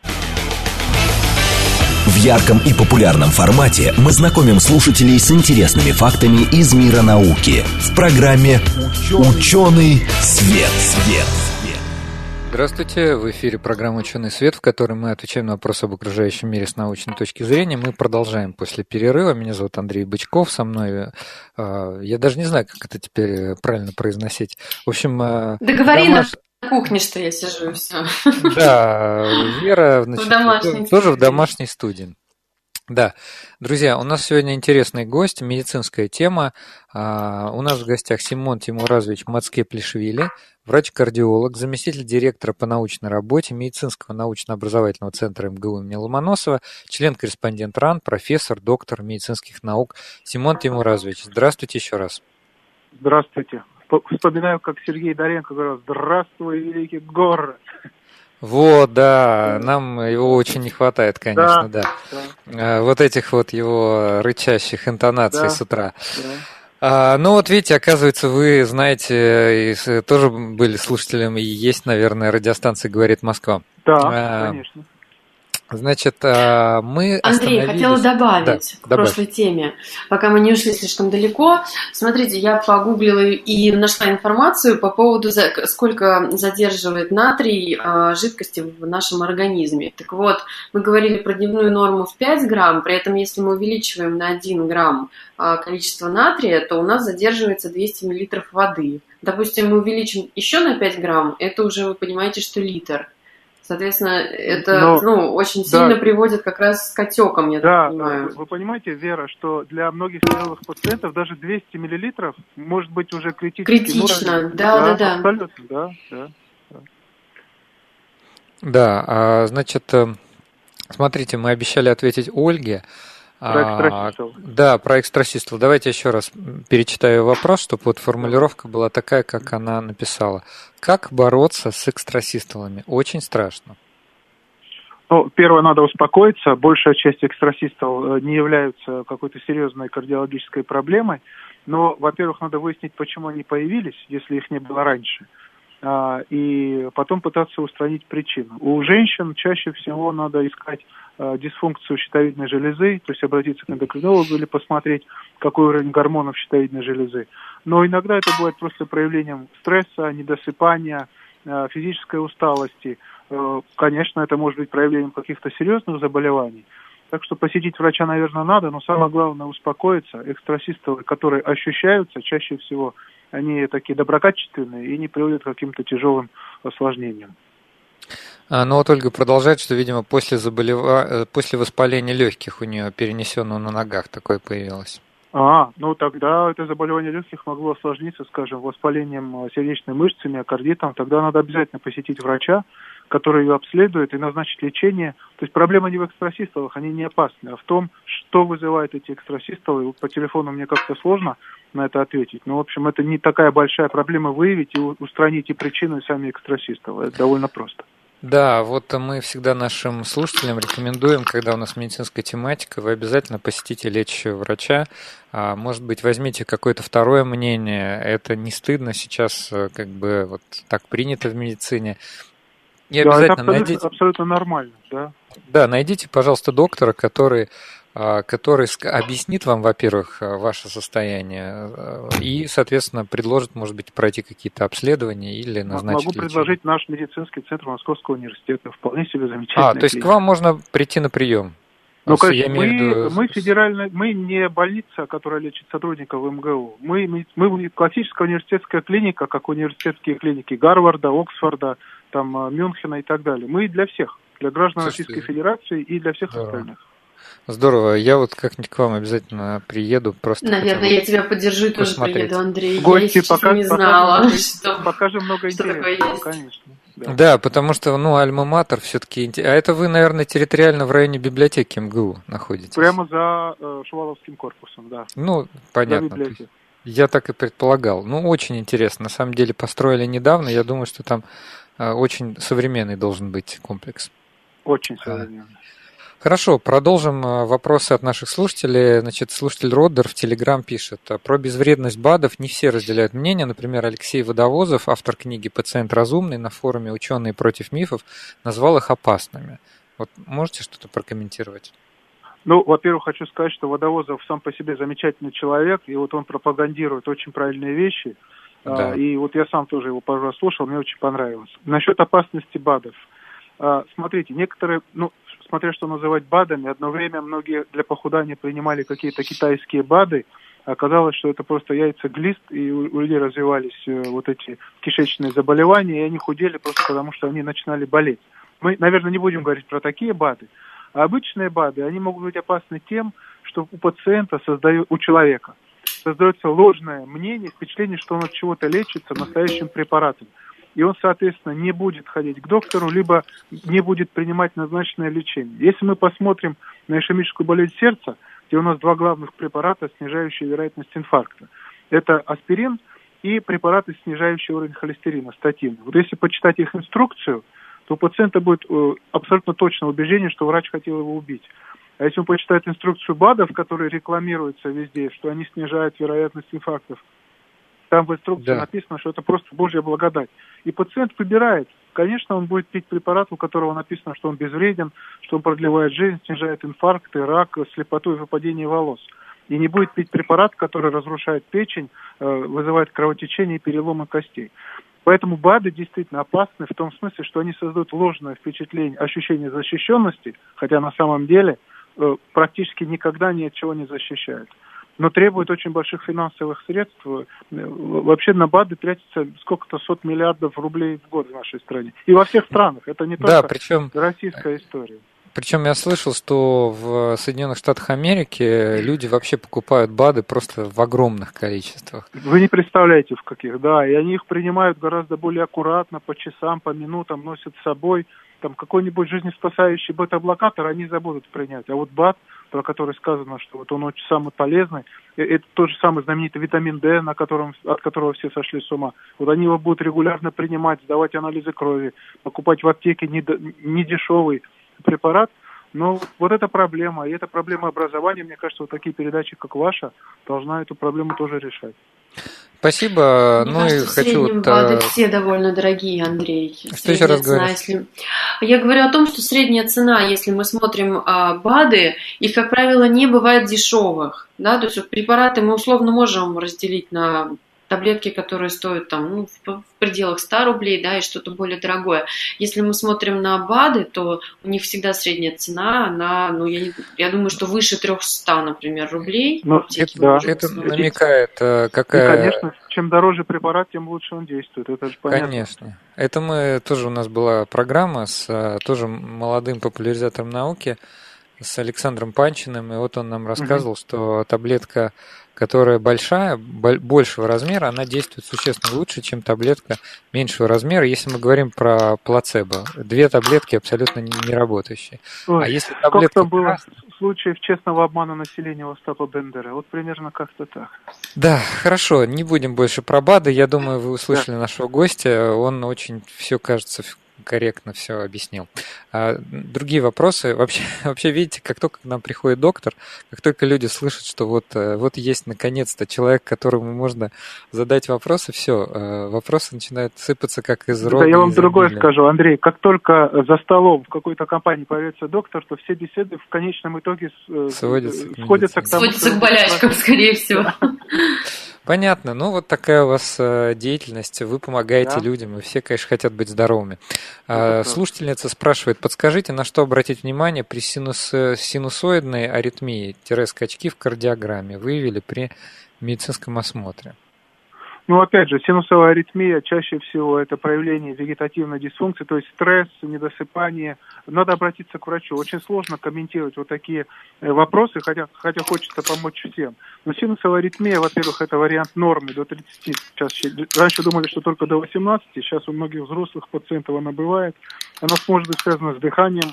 В ярком и популярном формате мы знакомим слушателей с интересными фактами из мира науки в программе «Ученый свет». Здравствуйте, в эфире программа «Ученый свет», в которой мы отвечаем на вопросы об окружающем мире с научной точки зрения. Мы продолжаем после перерыва. Меня зовут Андрей Бычков, со мной, я даже не знаю, как это теперь правильно произносить. В общем, На кухне, что я сижу, и все. Да, Вера, значит, В домашней тоже в студии. домашней студии. Да, друзья, у нас сегодня интересный гость, медицинская тема. У нас в гостях Симон Тимуразович Мацкеплишвили, врач-кардиолог, заместитель директора по научной работе Медицинского научно-образовательного центра МГУ имени Ломоносова, член-корреспондент РАН, профессор, доктор медицинских наук. Симон Тимуразович, здравствуйте еще раз. Здравствуйте. Вспоминаю, как Сергей Доренко говорил: «Здравствуй, великий город». Вот, да, нам его очень не хватает, конечно, да. Вот этих вот его рычащих интонаций с утра. Ну вот видите, оказывается, вы знаете, и тоже были слушателем, и есть, наверное, радиостанция «Говорит Москва». Да, конечно. Значит, мы Андрей, хотела добавить к прошлой теме, пока мы не ушли слишком далеко. Смотрите, я погуглила и нашла информацию по поводу, сколько задерживает натрий жидкости в нашем организме. Так вот, мы говорили про дневную норму в 5 грамм, при этом если мы увеличиваем на 1 грамм количество натрия, то у нас задерживается 200 миллилитров воды. Допустим, мы увеличим еще на 5 грамм, это уже вы понимаете, что литр. Соответственно, это очень сильно приводит как раз к отекам, я так понимаю. Вы понимаете, Вера, что для многих тяжелых пациентов даже 200 миллилитров может быть уже критично. Да. Абсолютно, да. Да, значит, смотрите, мы обещали ответить Ольге. Про экстрасистол. Да, про экстрасистол. Давайте еще раз перечитаю вопрос, чтобы вот формулировка была такая, как она написала. Как бороться с экстрасистолами? Очень страшно. Первое, надо успокоиться. Большая часть экстрасистол не являются какой-то серьезной кардиологической проблемой. Но, во-первых, надо выяснить, почему они появились, если их не было раньше. И потом пытаться устранить причину. У женщин чаще всего надо искать дисфункцию щитовидной железы, то есть обратиться к эндокринологу или посмотреть, какой уровень гормонов щитовидной железы. Но иногда это бывает просто проявлением стресса, недосыпания, физической усталости. Конечно, это может быть проявлением каких-то серьезных заболеваний. Так что посетить врача, наверное, надо, но самое главное успокоиться. Экстрасистолы, которые ощущаются, чаще всего они такие доброкачественные и не приводят к каким-то тяжелым осложнениям. Но вот Ольга продолжает, что, видимо, после воспаления легких у нее, перенесенного на ногах, такое появилось. Тогда это заболевание легких могло осложниться, скажем, воспалением сердечной мышцы, миокардитом. Тогда надо обязательно посетить врача, который ее обследует и назначит лечение. То есть проблема не в экстрасистолах, они не опасны, а в том, что вызывает эти экстрасистолы. По телефону мне как-то сложно на это ответить. Но, в общем, это не такая большая проблема выявить и устранить и причину, и сами экстрасистолы. Это довольно просто. Да, вот мы всегда нашим слушателям рекомендуем, когда у нас медицинская тематика, вы обязательно посетите лечащего врача. Может быть, возьмите какое-то второе мнение. Это не стыдно, сейчас как бы вот так принято в медицине. И обязательно это абсолютно нормально, да. Да, найдите, пожалуйста, доктора, который объяснит вам, во-первых, ваше состояние и, соответственно, предложит, может быть, пройти какие-то обследования или назначить лечение. Могу предложить наш медицинский центр Московского университета. Вполне себе замечательный. То есть к вам можно прийти на прием? Конечно, мы федеральная, мы не больница, которая лечит сотрудников МГУ. Мы классическая университетская клиника, как университетские клиники Гарварда, Оксфорда, Мюнхена и так далее. Мы для всех, для граждан Российской Федерации и для всех остальных. Здорово. Я вот как-нибудь к вам обязательно приеду. Просто наверное, я тебя поддержу и тоже приеду, Андрей. Гости, я не знала, покажем много интересного, конечно. Да, потому что, Альма-Матер все-таки... А это вы, наверное, территориально в районе библиотеки МГУ находитесь? Прямо за Шуваловским корпусом, да. Понятно. Я так и предполагал. Очень интересно. На самом деле построили недавно. Я думаю, что там очень современный должен быть комплекс. Очень современный. Хорошо, продолжим вопросы от наших слушателей. Значит, слушатель Роддер в Телеграм пишет: про безвредность БАДов не все разделяют мнение. Например, Алексей Водовозов, автор книги «Пациент разумный», на форуме «Ученые против мифов» назвал их опасными. Вот можете что-то прокомментировать? Во-первых, хочу сказать, что Водовозов сам по себе замечательный человек, и вот он пропагандирует очень правильные вещи. Да. И вот я сам тоже его пару раз слушал, мне очень понравилось. Насчет опасности БАДов. Смотрите, некоторые, смотря что называть БАДами, одно время многие для похудания принимали какие-то китайские БАДы, Оказалось, что это просто яйца-глист, и у людей развивались вот эти кишечные заболевания, и они худели просто потому, что они начинали болеть. Мы, наверное, не будем говорить про такие БАДы. А обычные БАДы, они могут быть опасны тем, что у пациента у человека создается ложное мнение, впечатление, что он от чего-то лечится настоящим препаратом. И он, соответственно, не будет ходить к доктору, либо не будет принимать назначенное лечение. Если мы посмотрим на ишемическую болезнь сердца, где у нас два главных препарата, снижающие вероятность инфаркта. Это аспирин и препараты, снижающие уровень холестерина, статины. Вот если почитать их инструкцию, то у пациента будет абсолютно точное убеждение, что врач хотел его убить. А если он почитает инструкцию БАДов, которые рекламируются везде, что они снижают вероятность инфарктов, там в инструкции написано, что это просто Божья благодать. И пациент выбирает. Конечно, он будет пить препарат, у которого написано, что он безвреден, что он продлевает жизнь, снижает инфаркты, рак, слепоту и выпадение волос. И не будет пить препарат, который разрушает печень, вызывает кровотечение и переломы костей. Поэтому БАДы действительно опасны в том смысле, что они создают ложное впечатление, ощущение защищенности, хотя на самом деле практически никогда ни от чего не защищают. Но требует очень больших финансовых средств. Вообще на БАДы тратится сколько-то 100 миллиардов рублей в год в нашей стране. И во всех странах. Это не только российская история. Причем я слышал, что в Соединенных Штатах Америки люди вообще покупают БАДы просто в огромных количествах. Вы не представляете, в каких, да. И они их принимают гораздо более аккуратно, по часам, по минутам, носят с собой. Там какой-нибудь жизнеспасающий бета-блокатор они забудут принять. А вот БАД, про который сказано, что вот он очень самый полезный, это тот же самый знаменитый витамин D, от которого все сошли с ума. Вот они его будут регулярно принимать, сдавать анализы крови, покупать в аптеке недешевый препарат. Но вот эта проблема, и эта проблема образования, мне кажется, вот такие передачи, как ваша, должна эту проблему тоже решать. Спасибо. Мне кажется, в среднем БАДы все довольно дорогие, Андрей. Что еще раз говоришь? Я говорю о том, что средняя цена, если мы смотрим БАДы, их, как правило, не бывает дешевых. Да? То есть вот препараты мы условно можем разделить на таблетки, которые стоят там, в пределах 100 рублей, да, и что-то более дорогое. Если мы смотрим на БАДы, то у них всегда средняя цена, я думаю, что выше 300, например, рублей. Это намекает, какая... И, конечно, чем дороже препарат, тем лучше он действует, это же понятно. Конечно. Это у нас была программа с тоже молодым популяризатором науки, с Александром Панчиным, и вот он нам рассказывал, что таблетка, которая большего размера, она действует существенно лучше, чем таблетка меньшего размера, если мы говорим про плацебо. 2 таблетки абсолютно не работающие. А если таблетка... Сколько было случаев честного обмана населения у Остапа Бендера? Вот примерно как-то так. Да, хорошо, не будем больше про БАДы. Я думаю, вы услышали нашего гостя. Он очень все, кажется, корректно все объяснил. Другие вопросы. Вообще, видите, как только к нам приходит доктор, как только люди слышат, что вот есть наконец-то человек, которому можно задать вопросы, все, вопросы начинают сыпаться как из рога. Да, я вам другое скажу, Андрей. Как только за столом в какой-то компании появится доктор, то все беседы в конечном итоге сходятся к тому, сводятся к болячкам, скорее всего. Понятно. Вот такая у вас деятельность. Вы помогаете людям, и все, конечно, хотят быть здоровыми. Слушательница спрашивает, подскажите, на что обратить внимание при синусоидной аритмии, скачки в кардиограмме выявили при медицинском осмотре? Опять же, синусовая аритмия чаще всего это проявление вегетативной дисфункции, то есть стресс, недосыпание. Надо обратиться к врачу. Очень сложно комментировать вот такие вопросы, хотя хочется помочь всем. Но синусовая аритмия, во-первых, это вариант нормы до 30. Раньше думали, что только до 18, сейчас у многих взрослых пациентов она бывает. Она может быть связана с дыханием.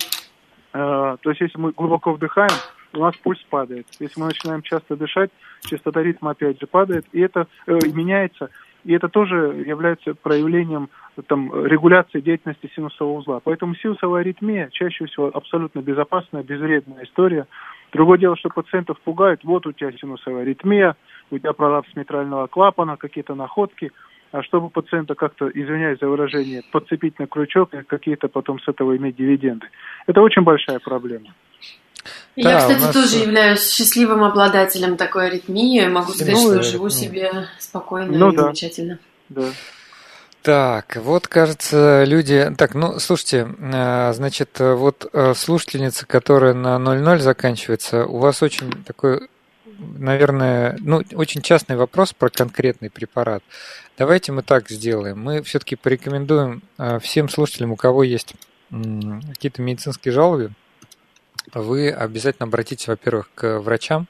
То есть если мы глубоко вдыхаем, у нас пульс падает. Если мы начинаем часто дышать, частота ритма опять же падает, и это меняется, и это тоже является проявлением регуляции деятельности синусового узла. Поэтому синусовая аритмия чаще всего абсолютно безопасная, безвредная история. Другое дело, что пациентов пугают, вот у тебя синусовая аритмия, у тебя пролапс митрального клапана, какие-то находки, а чтобы пациента как-то, извиняюсь за выражение, подцепить на крючок и какие-то потом с этого иметь дивиденды. Это очень большая проблема. Я, кстати, тоже являюсь счастливым обладателем такой аритмии. Могу сказать, что живу себе спокойно и замечательно. Да. Так, вот, кажется, люди... Так, слушайте, значит, вот слушательница, которая на 00 заканчивается, у вас очень такой наверное, очень частный вопрос про конкретный препарат. Давайте мы так сделаем. Мы все-таки порекомендуем всем слушателям, у кого есть какие-то медицинские жалобы, вы обязательно обратитесь, во-первых, к врачам.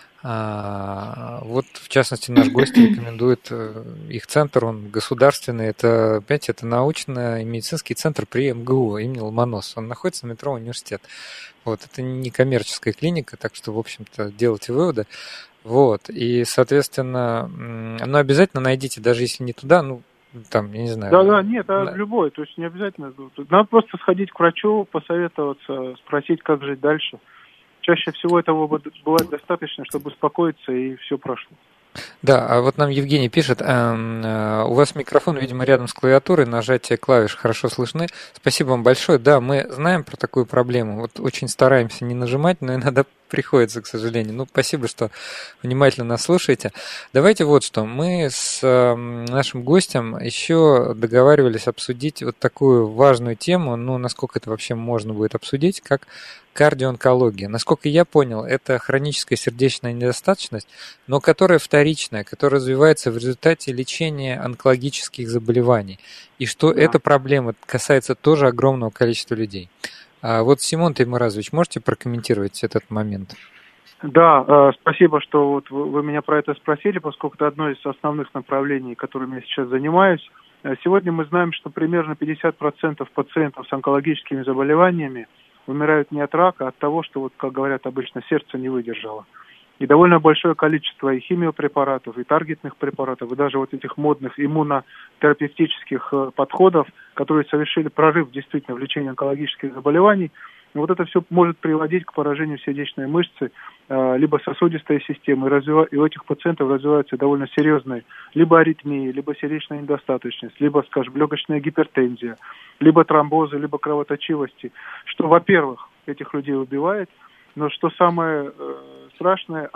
Вот, в частности, наш гость рекомендует их центр, он государственный, это, понимаете, это научно-медицинский центр при МГУ имени Ломоносова. Он находится на метро Университет. Вот, это не коммерческая клиника, так что, в общем-то, делайте выводы. Вот, и, соответственно, обязательно найдите, даже если не туда, там, я не знаю. Да, нет, любой, то есть не обязательно. Надо просто сходить к врачу, посоветоваться, спросить, как жить дальше. Чаще всего этого бывает достаточно, чтобы успокоиться, и все прошло. Да, а вот нам Евгений пишет, у вас микрофон, видимо, рядом с клавиатурой, нажатие клавиш хорошо слышны. Спасибо вам большое. Да, мы знаем про такую проблему, вот очень стараемся не нажимать, но иногда приходится, к сожалению. Спасибо, что внимательно нас слушаете. Давайте вот что. Мы с нашим гостем еще договаривались обсудить вот такую важную тему, насколько это вообще можно будет обсудить, как кардионкология. Насколько я понял, это хроническая сердечная недостаточность, но которая вторичная, которая развивается в результате лечения онкологических заболеваний. И что эта проблема касается тоже огромного количества людей. Вот, Симон Теймуразович, можете прокомментировать этот момент? Да, спасибо, что вот вы меня про это спросили, поскольку это одно из основных направлений, которыми я сейчас занимаюсь. Сегодня мы знаем, что примерно 50% пациентов с онкологическими заболеваниями умирают не от рака, а от того, что, вот, как говорят обычно, сердце не выдержало. И довольно большое количество и химиопрепаратов, и таргетных препаратов, и даже вот этих модных иммунотерапевтических подходов, которые совершили прорыв действительно в лечении онкологических заболеваний, вот это все может приводить к поражению сердечной мышцы, либо сосудистой системы, и у этих пациентов развиваются довольно серьезные либо аритмии, либо сердечная недостаточность, либо, скажем, легочная гипертензия, либо тромбозы, либо кровоточивости, что, во-первых, этих людей убивает, но что самое страшное,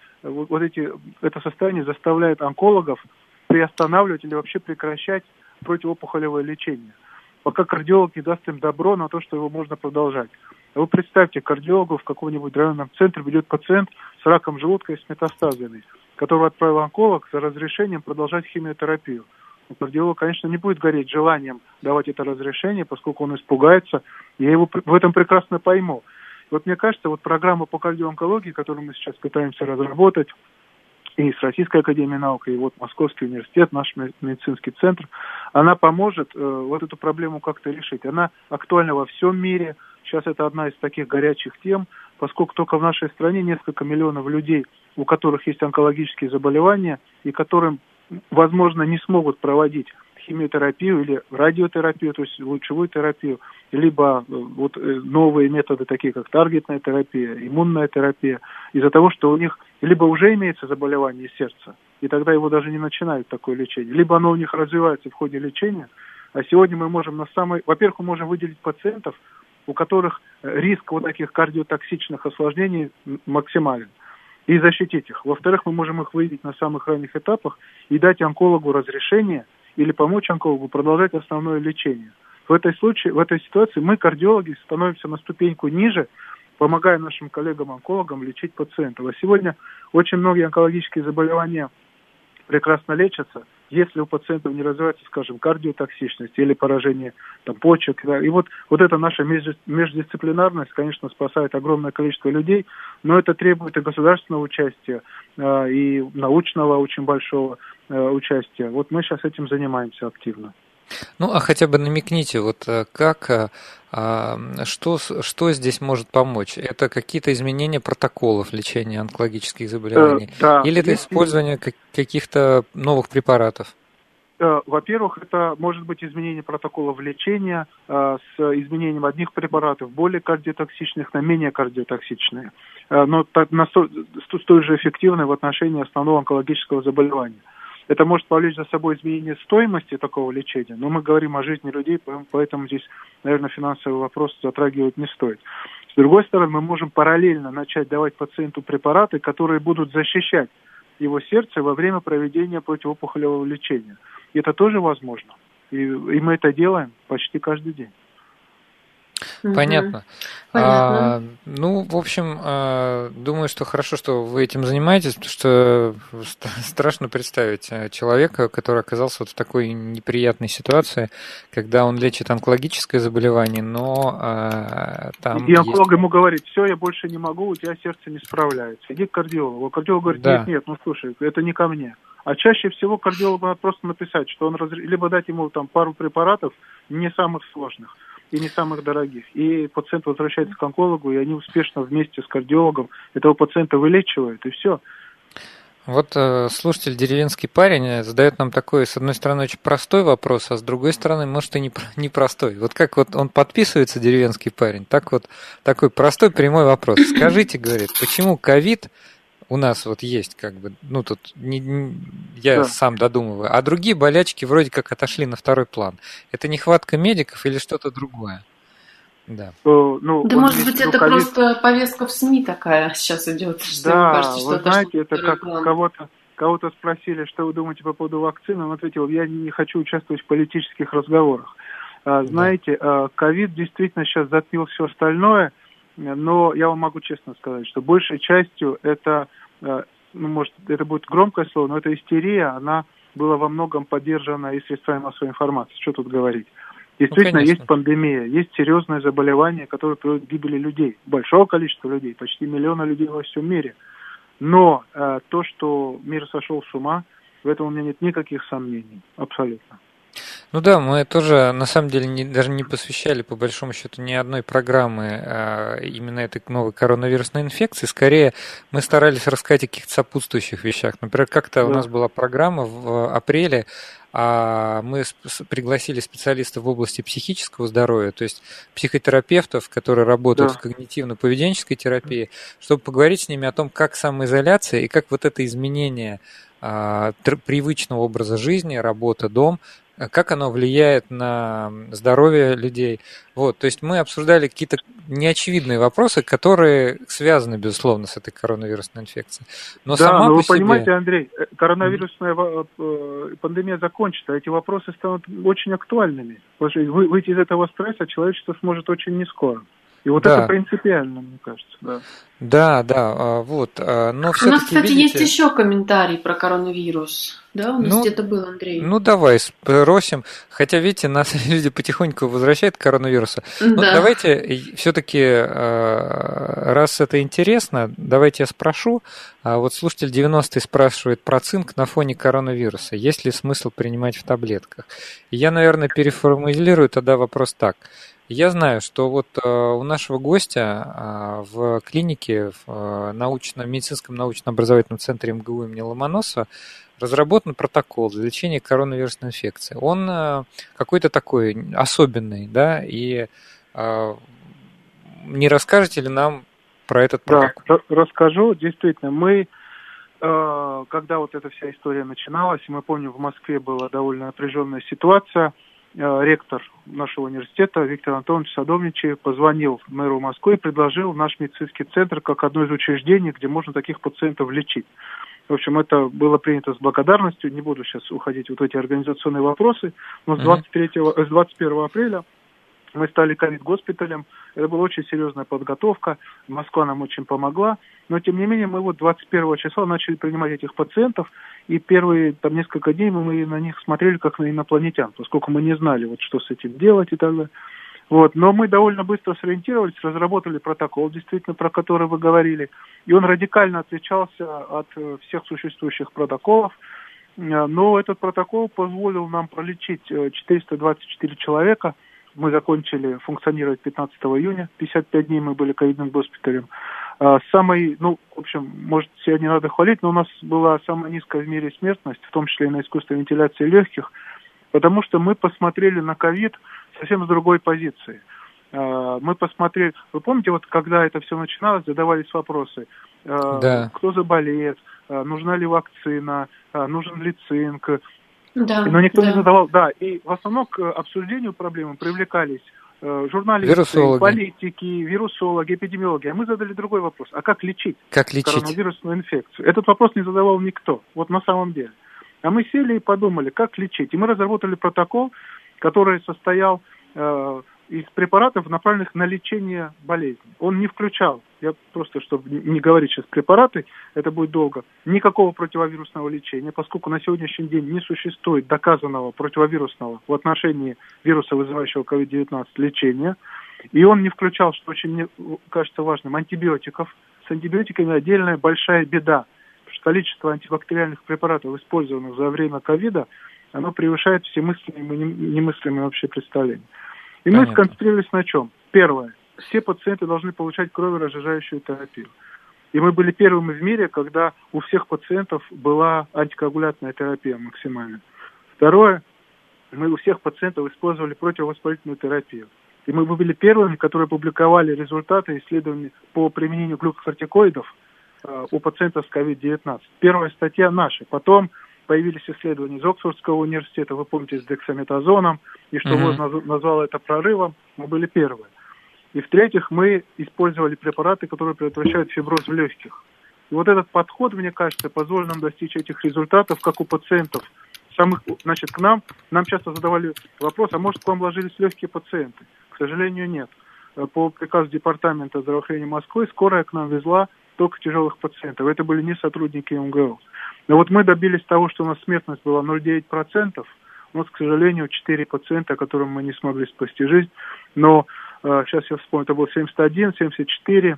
это состояние заставляет онкологов приостанавливать или вообще прекращать противоопухолевое лечение, пока кардиолог не даст им добро на то, что его можно продолжать. Вы представьте, кардиологу в каком-нибудь районном центре ведет пациент с раком желудка и с метастазами, которого отправил онколог за разрешением продолжать химиотерапию. Кардиолог, конечно, не будет гореть желанием давать это разрешение, поскольку он испугается. Я его в этом прекрасно пойму. Вот мне кажется, вот программа по кардионкологии, которую мы сейчас пытаемся разработать, и с Российской академией наук, и вот Московский университет, наш медицинский центр, она поможет вот эту проблему как-то решить. Она актуальна во всем мире. Сейчас это одна из таких горячих тем, поскольку только в нашей стране несколько миллионов людей, у которых есть онкологические заболевания, и которым, возможно, не смогут проводить химиотерапию или радиотерапию, то есть лучевую терапию, либо новые методы, такие как таргетная терапия, иммунная терапия, из-за того, что у них либо уже имеется заболевание сердца, и тогда его даже не начинают такое лечение, либо оно у них развивается в ходе лечения, а сегодня мы можем во-первых, мы можем выделить пациентов, у которых риск вот таких кардиотоксичных осложнений максимален, и защитить их. Во-вторых, мы можем их выявить на самых ранних этапах и дать онкологу разрешение или помочь онкологу продолжать основное лечение. В этой ситуации мы, кардиологи, становимся на ступеньку ниже, помогая нашим коллегам-онкологам лечить пациентов. А сегодня очень многие онкологические заболевания прекрасно лечатся, если у пациентов не развивается, скажем, кардиотоксичность или поражение почек. Да. И вот эта наша междисциплинарность, конечно, спасает огромное количество людей, но это требует и государственного участия, и научного очень большого участия. Вот мы сейчас этим занимаемся активно. А хотя бы намекните, что здесь может помочь? Это какие-то изменения протоколов лечения онкологических заболеваний? Да. Или это использование каких-то новых препаратов? Во-первых, это может быть изменение протоколов лечения с изменением одних препаратов, более кардиотоксичных на менее кардиотоксичные, но столь же эффективные в отношении основного онкологического заболевания. Это может повлечь за собой изменение стоимости такого лечения, но мы говорим о жизни людей, поэтому здесь, наверное, финансовый вопрос затрагивать не стоит. С другой стороны, мы можем параллельно начать давать пациенту препараты, которые будут защищать его сердце во время проведения противоопухолевого лечения. И это тоже возможно. И мы это делаем почти каждый день. Понятно. Понятно. Ну, в общем, думаю, что хорошо, что вы этим занимаетесь, потому что страшно представить человека, который оказался вот в такой неприятной ситуации, когда он лечит онкологическое заболевание, но там И онколог есть... ему говорит: все, я больше не могу, у тебя сердце не справляется. Иди к кардиологу. А кардиолог говорит: Да. нет, ну слушай, это не ко мне. А чаще всего кардиологу надо просто написать, что он либо дать ему там пару препаратов, не самых сложных и не самых дорогих. И пациент возвращается к онкологу, и они успешно вместе с кардиологом этого пациента вылечивают, и все. Вот слушатель деревенский парень задает нам такой, с одной стороны, очень простой вопрос, а с другой стороны, может, и непростой. Вот как вот он подписывается, деревенский парень, так вот такой простой прямой вопрос. Скажите, говорит, почему ковид у нас вот есть, как бы, ну тут я сам додумываю, а другие болячки вроде как отошли на второй план. Это нехватка медиков или что-то другое? Да. Да, может быть, это просто повестка в СМИ такая сейчас идет, что да, кажется, что вы знаете, это как кого-то спросили, что вы думаете по поводу вакцины, он ответил: я не хочу участвовать в политических разговорах. Знаете, ковид действительно сейчас затмил все остальное, но я вам могу честно сказать, что большей частью это, может, это будет громкое слово, но эта истерия, она была во многом поддержана и средствами массовой информации. Что тут говорить? Действительно, есть пандемия, есть серьезное заболевание, которое приводит к гибели людей, большого количества людей, почти миллиона людей во всем мире. Но то, что мир сошел с ума, в этом у меня нет никаких сомнений, абсолютно. Ну да, мы тоже, на самом деле, даже не посвящали, по большому счету, ни одной программы именно этой новой коронавирусной инфекции. Скорее, мы старались рассказать о каких-то сопутствующих вещах. Например, как-то у нас была программа в апреле, мы пригласили специалистов в области психического здоровья, то есть психотерапевтов, которые работают в когнитивно-поведенческой терапии, чтобы поговорить с ними о том, как самоизоляция и как вот это изменение привычного образа жизни, работа, дом, как оно влияет на здоровье людей. Вот, то есть мы обсуждали какие-то неочевидные вопросы, которые связаны, безусловно, с этой коронавирусной инфекцией. Но сама но по вы себе... понимаете, Андрей, коронавирусная пандемия закончится, а эти вопросы станут очень актуальными. Выйти из этого стресса человечество сможет очень нескоро. И вот это принципиально, мне кажется. Да, вот. Но у нас, кстати, есть еще комментарий про коронавирус. Да, у нас где-то был, Андрей. Ну, давай спросим. Хотя, видите, нас люди потихоньку возвращают к коронавирусу. Но давайте все-таки, раз это интересно, давайте я спрошу. Вот слушатель 90-й спрашивает про цинк на фоне коронавируса. Есть ли смысл принимать в таблетках? И я, наверное, переформулирую тогда вопрос так. Я знаю, что вот у нашего гостя в клинике, в медицинском научно-образовательном центре МГУ имени Ломоносова разработан протокол для лечения коронавирусной инфекции. Он какой-то такой особенный, да, и не расскажете ли нам про этот протокол? Да, расскажу. Действительно, мы, когда вот эта вся история начиналась, мы помним, в Москве была довольно напряженная ситуация, ректор нашего университета Виктор Антонович Садовничий позвонил мэру Москвы и предложил наш медицинский центр как одно из учреждений, где можно таких пациентов лечить. В общем, это было принято с благодарностью. Не буду сейчас уходить в вот эти организационные вопросы. Но с 21 апреля мы стали ковид-госпиталем. Это была очень серьезная подготовка. Москва нам очень помогла. Но, тем не менее, мы вот 21 числа начали принимать этих пациентов. И первые там несколько дней мы на них смотрели как на инопланетян, поскольку мы не знали, вот, что с этим делать и так далее. Вот. Но мы довольно быстро сориентировались, разработали протокол, действительно, про который вы говорили. И он радикально отличался от всех существующих протоколов. Но этот протокол позволил нам пролечить 424 человека. Мы закончили функционировать 15 июня, 55 дней мы были ковидным госпиталем. В общем, может, себя не надо хвалить, но у нас была самая низкая в мире смертность, в том числе и на искусственной вентиляции легких, потому что мы посмотрели на ковид совсем с другой позиции. Мы посмотрели, вы помните, вот когда это все начиналось, задавались вопросы, кто заболеет, нужна ли вакцина, нужен ли цинк, но никто не задавал, и в основном к обсуждению проблемы привлекались журналисты, политики, вирусологи, эпидемиологи. А мы задали другой вопрос. А как лечить коронавирусную инфекцию? Этот вопрос не задавал никто, вот на самом деле. А мы сели и подумали, как лечить. И мы разработали протокол, который состоял из препаратов, направленных на лечение болезни. Он не включал, я просто, чтобы не говорить сейчас препараты, это будет долго, никакого противовирусного лечения, поскольку на сегодняшний день не существует доказанного противовирусного в отношении вируса, вызывающего COVID-19, лечения. И он не включал, что очень, мне кажется важным, антибиотиков. С антибиотиками отдельная большая беда, потому что количество антибактериальных препаратов, использованных за время ковида, оно превышает все мыслимые и немыслимые вообще представления. И мы сконцентрировались на чем? Первое. Все пациенты должны получать кроверазжижающую терапию. И мы были первыми в мире, когда у всех пациентов была антикоагулянтная терапия максимально. Второе. Мы у всех пациентов использовали противовоспалительную терапию. И мы были первыми, которые публиковали результаты исследований по применению глюкокортикоидов у пациентов с COVID-19. Первая статья наша. Потом появились исследования из Оксфордского университета, вы помните, с дексаметазоном, и что ВОЗ назвал это прорывом, мы были первые. И в-третьих, мы использовали препараты, которые предотвращают фиброз в легких. И вот этот подход, мне кажется, позволил нам достичь этих результатов, как у пациентов. Значит, к нам часто задавали вопрос, а может, к вам ложились легкие пациенты? К сожалению, нет. По приказу Департамента здравоохранения Москвы скорая к нам везла только тяжелых пациентов. Это были не сотрудники МГУ. Но вот мы добились того, что у нас смертность была 0,9%. У нас, к сожалению, 4 пациента, которым мы не смогли спасти жизнь. Но сейчас я вспомню, это было 71, 74,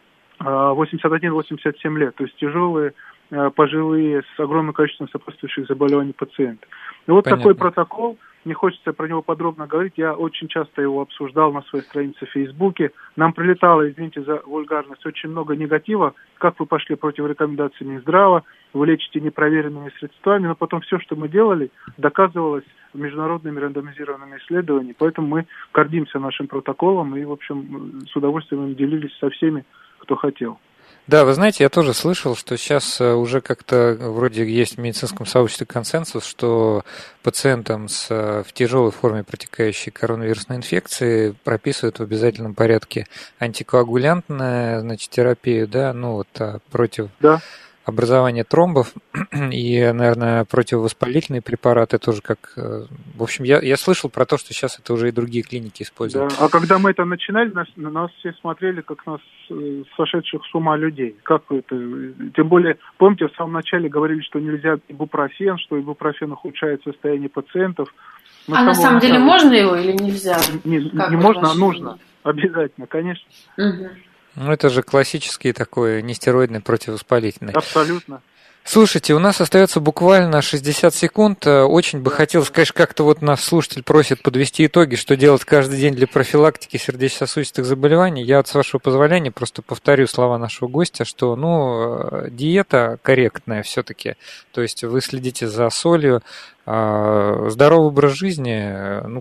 81, 87 лет. То есть тяжелые, пожилые, с огромным количеством сопутствующих заболеваний пациенты. И вот такой протокол. Не хочется про него подробно говорить. Я очень часто его обсуждал на своей странице в Фейсбуке. Нам прилетало, извините за вульгарность, очень много негатива. Как вы пошли против рекомендаций Минздрава, вы лечите непроверенными средствами. Но потом все, что мы делали, доказывалось международными рандомизированными исследованиями. Поэтому мы гордимся нашим протоколом и, в общем, с удовольствием им делились со всеми, кто хотел. Да, вы знаете, я тоже слышал, что сейчас уже как-то вроде есть в медицинском сообществе консенсус, что пациентам в тяжелой форме протекающей коронавирусной инфекции прописывают в обязательном порядке антикоагулянтную, значит, терапию, да, против образования тромбов и, наверное, противовоспалительные препараты тоже как... В общем, я слышал про то, что сейчас это уже и другие клиники используют. Да. А когда мы это начинали, нас все смотрели как нас сошедших с ума людей. Как это? Тем более, помните, в самом начале говорили, что нельзя ибупрофен, что ибупрофен ухудшает состояние пациентов. На самом деле можно его или нельзя? Не можно, а нужно. Обязательно, конечно. Угу. Это же классический такой нестероидный противовоспалительный. Абсолютно. Слушайте, у нас остается буквально 60 секунд. Очень бы хотелось, конечно, как-то вот нас слушатель просит подвести итоги, что делать каждый день для профилактики сердечно-сосудистых заболеваний. Я вот, с вашего позволения, просто повторю слова нашего гостя, что, диета корректная все-таки. То есть вы следите за солью, здоровый образ жизни,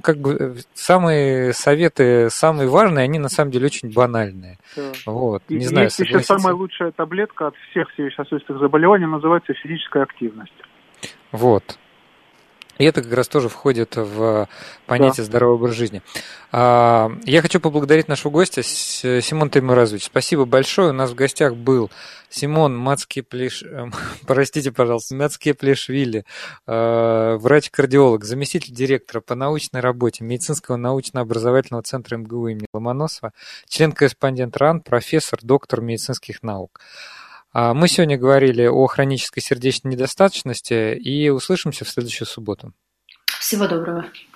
самые советы, самые важные, они на самом деле очень банальные. Да. Вот. Не знаю, есть еще самая лучшая таблетка от всех сердечно-сосудистых заболеваний, называется физическая активность. Вот. И это как раз тоже входит в понятие здорового образа жизни. Я хочу поблагодарить нашего гостя, Симон Таймуразович. Спасибо большое. У нас в гостях был Симон Мацкеплишвили, врач-кардиолог, заместитель директора по научной работе Медицинского научно-образовательного центра МГУ имени Ломоносова, член-корреспондент РАН, профессор, доктор медицинских наук. Мы сегодня говорили о хронической сердечной недостаточности и услышимся в следующую субботу. Всего доброго.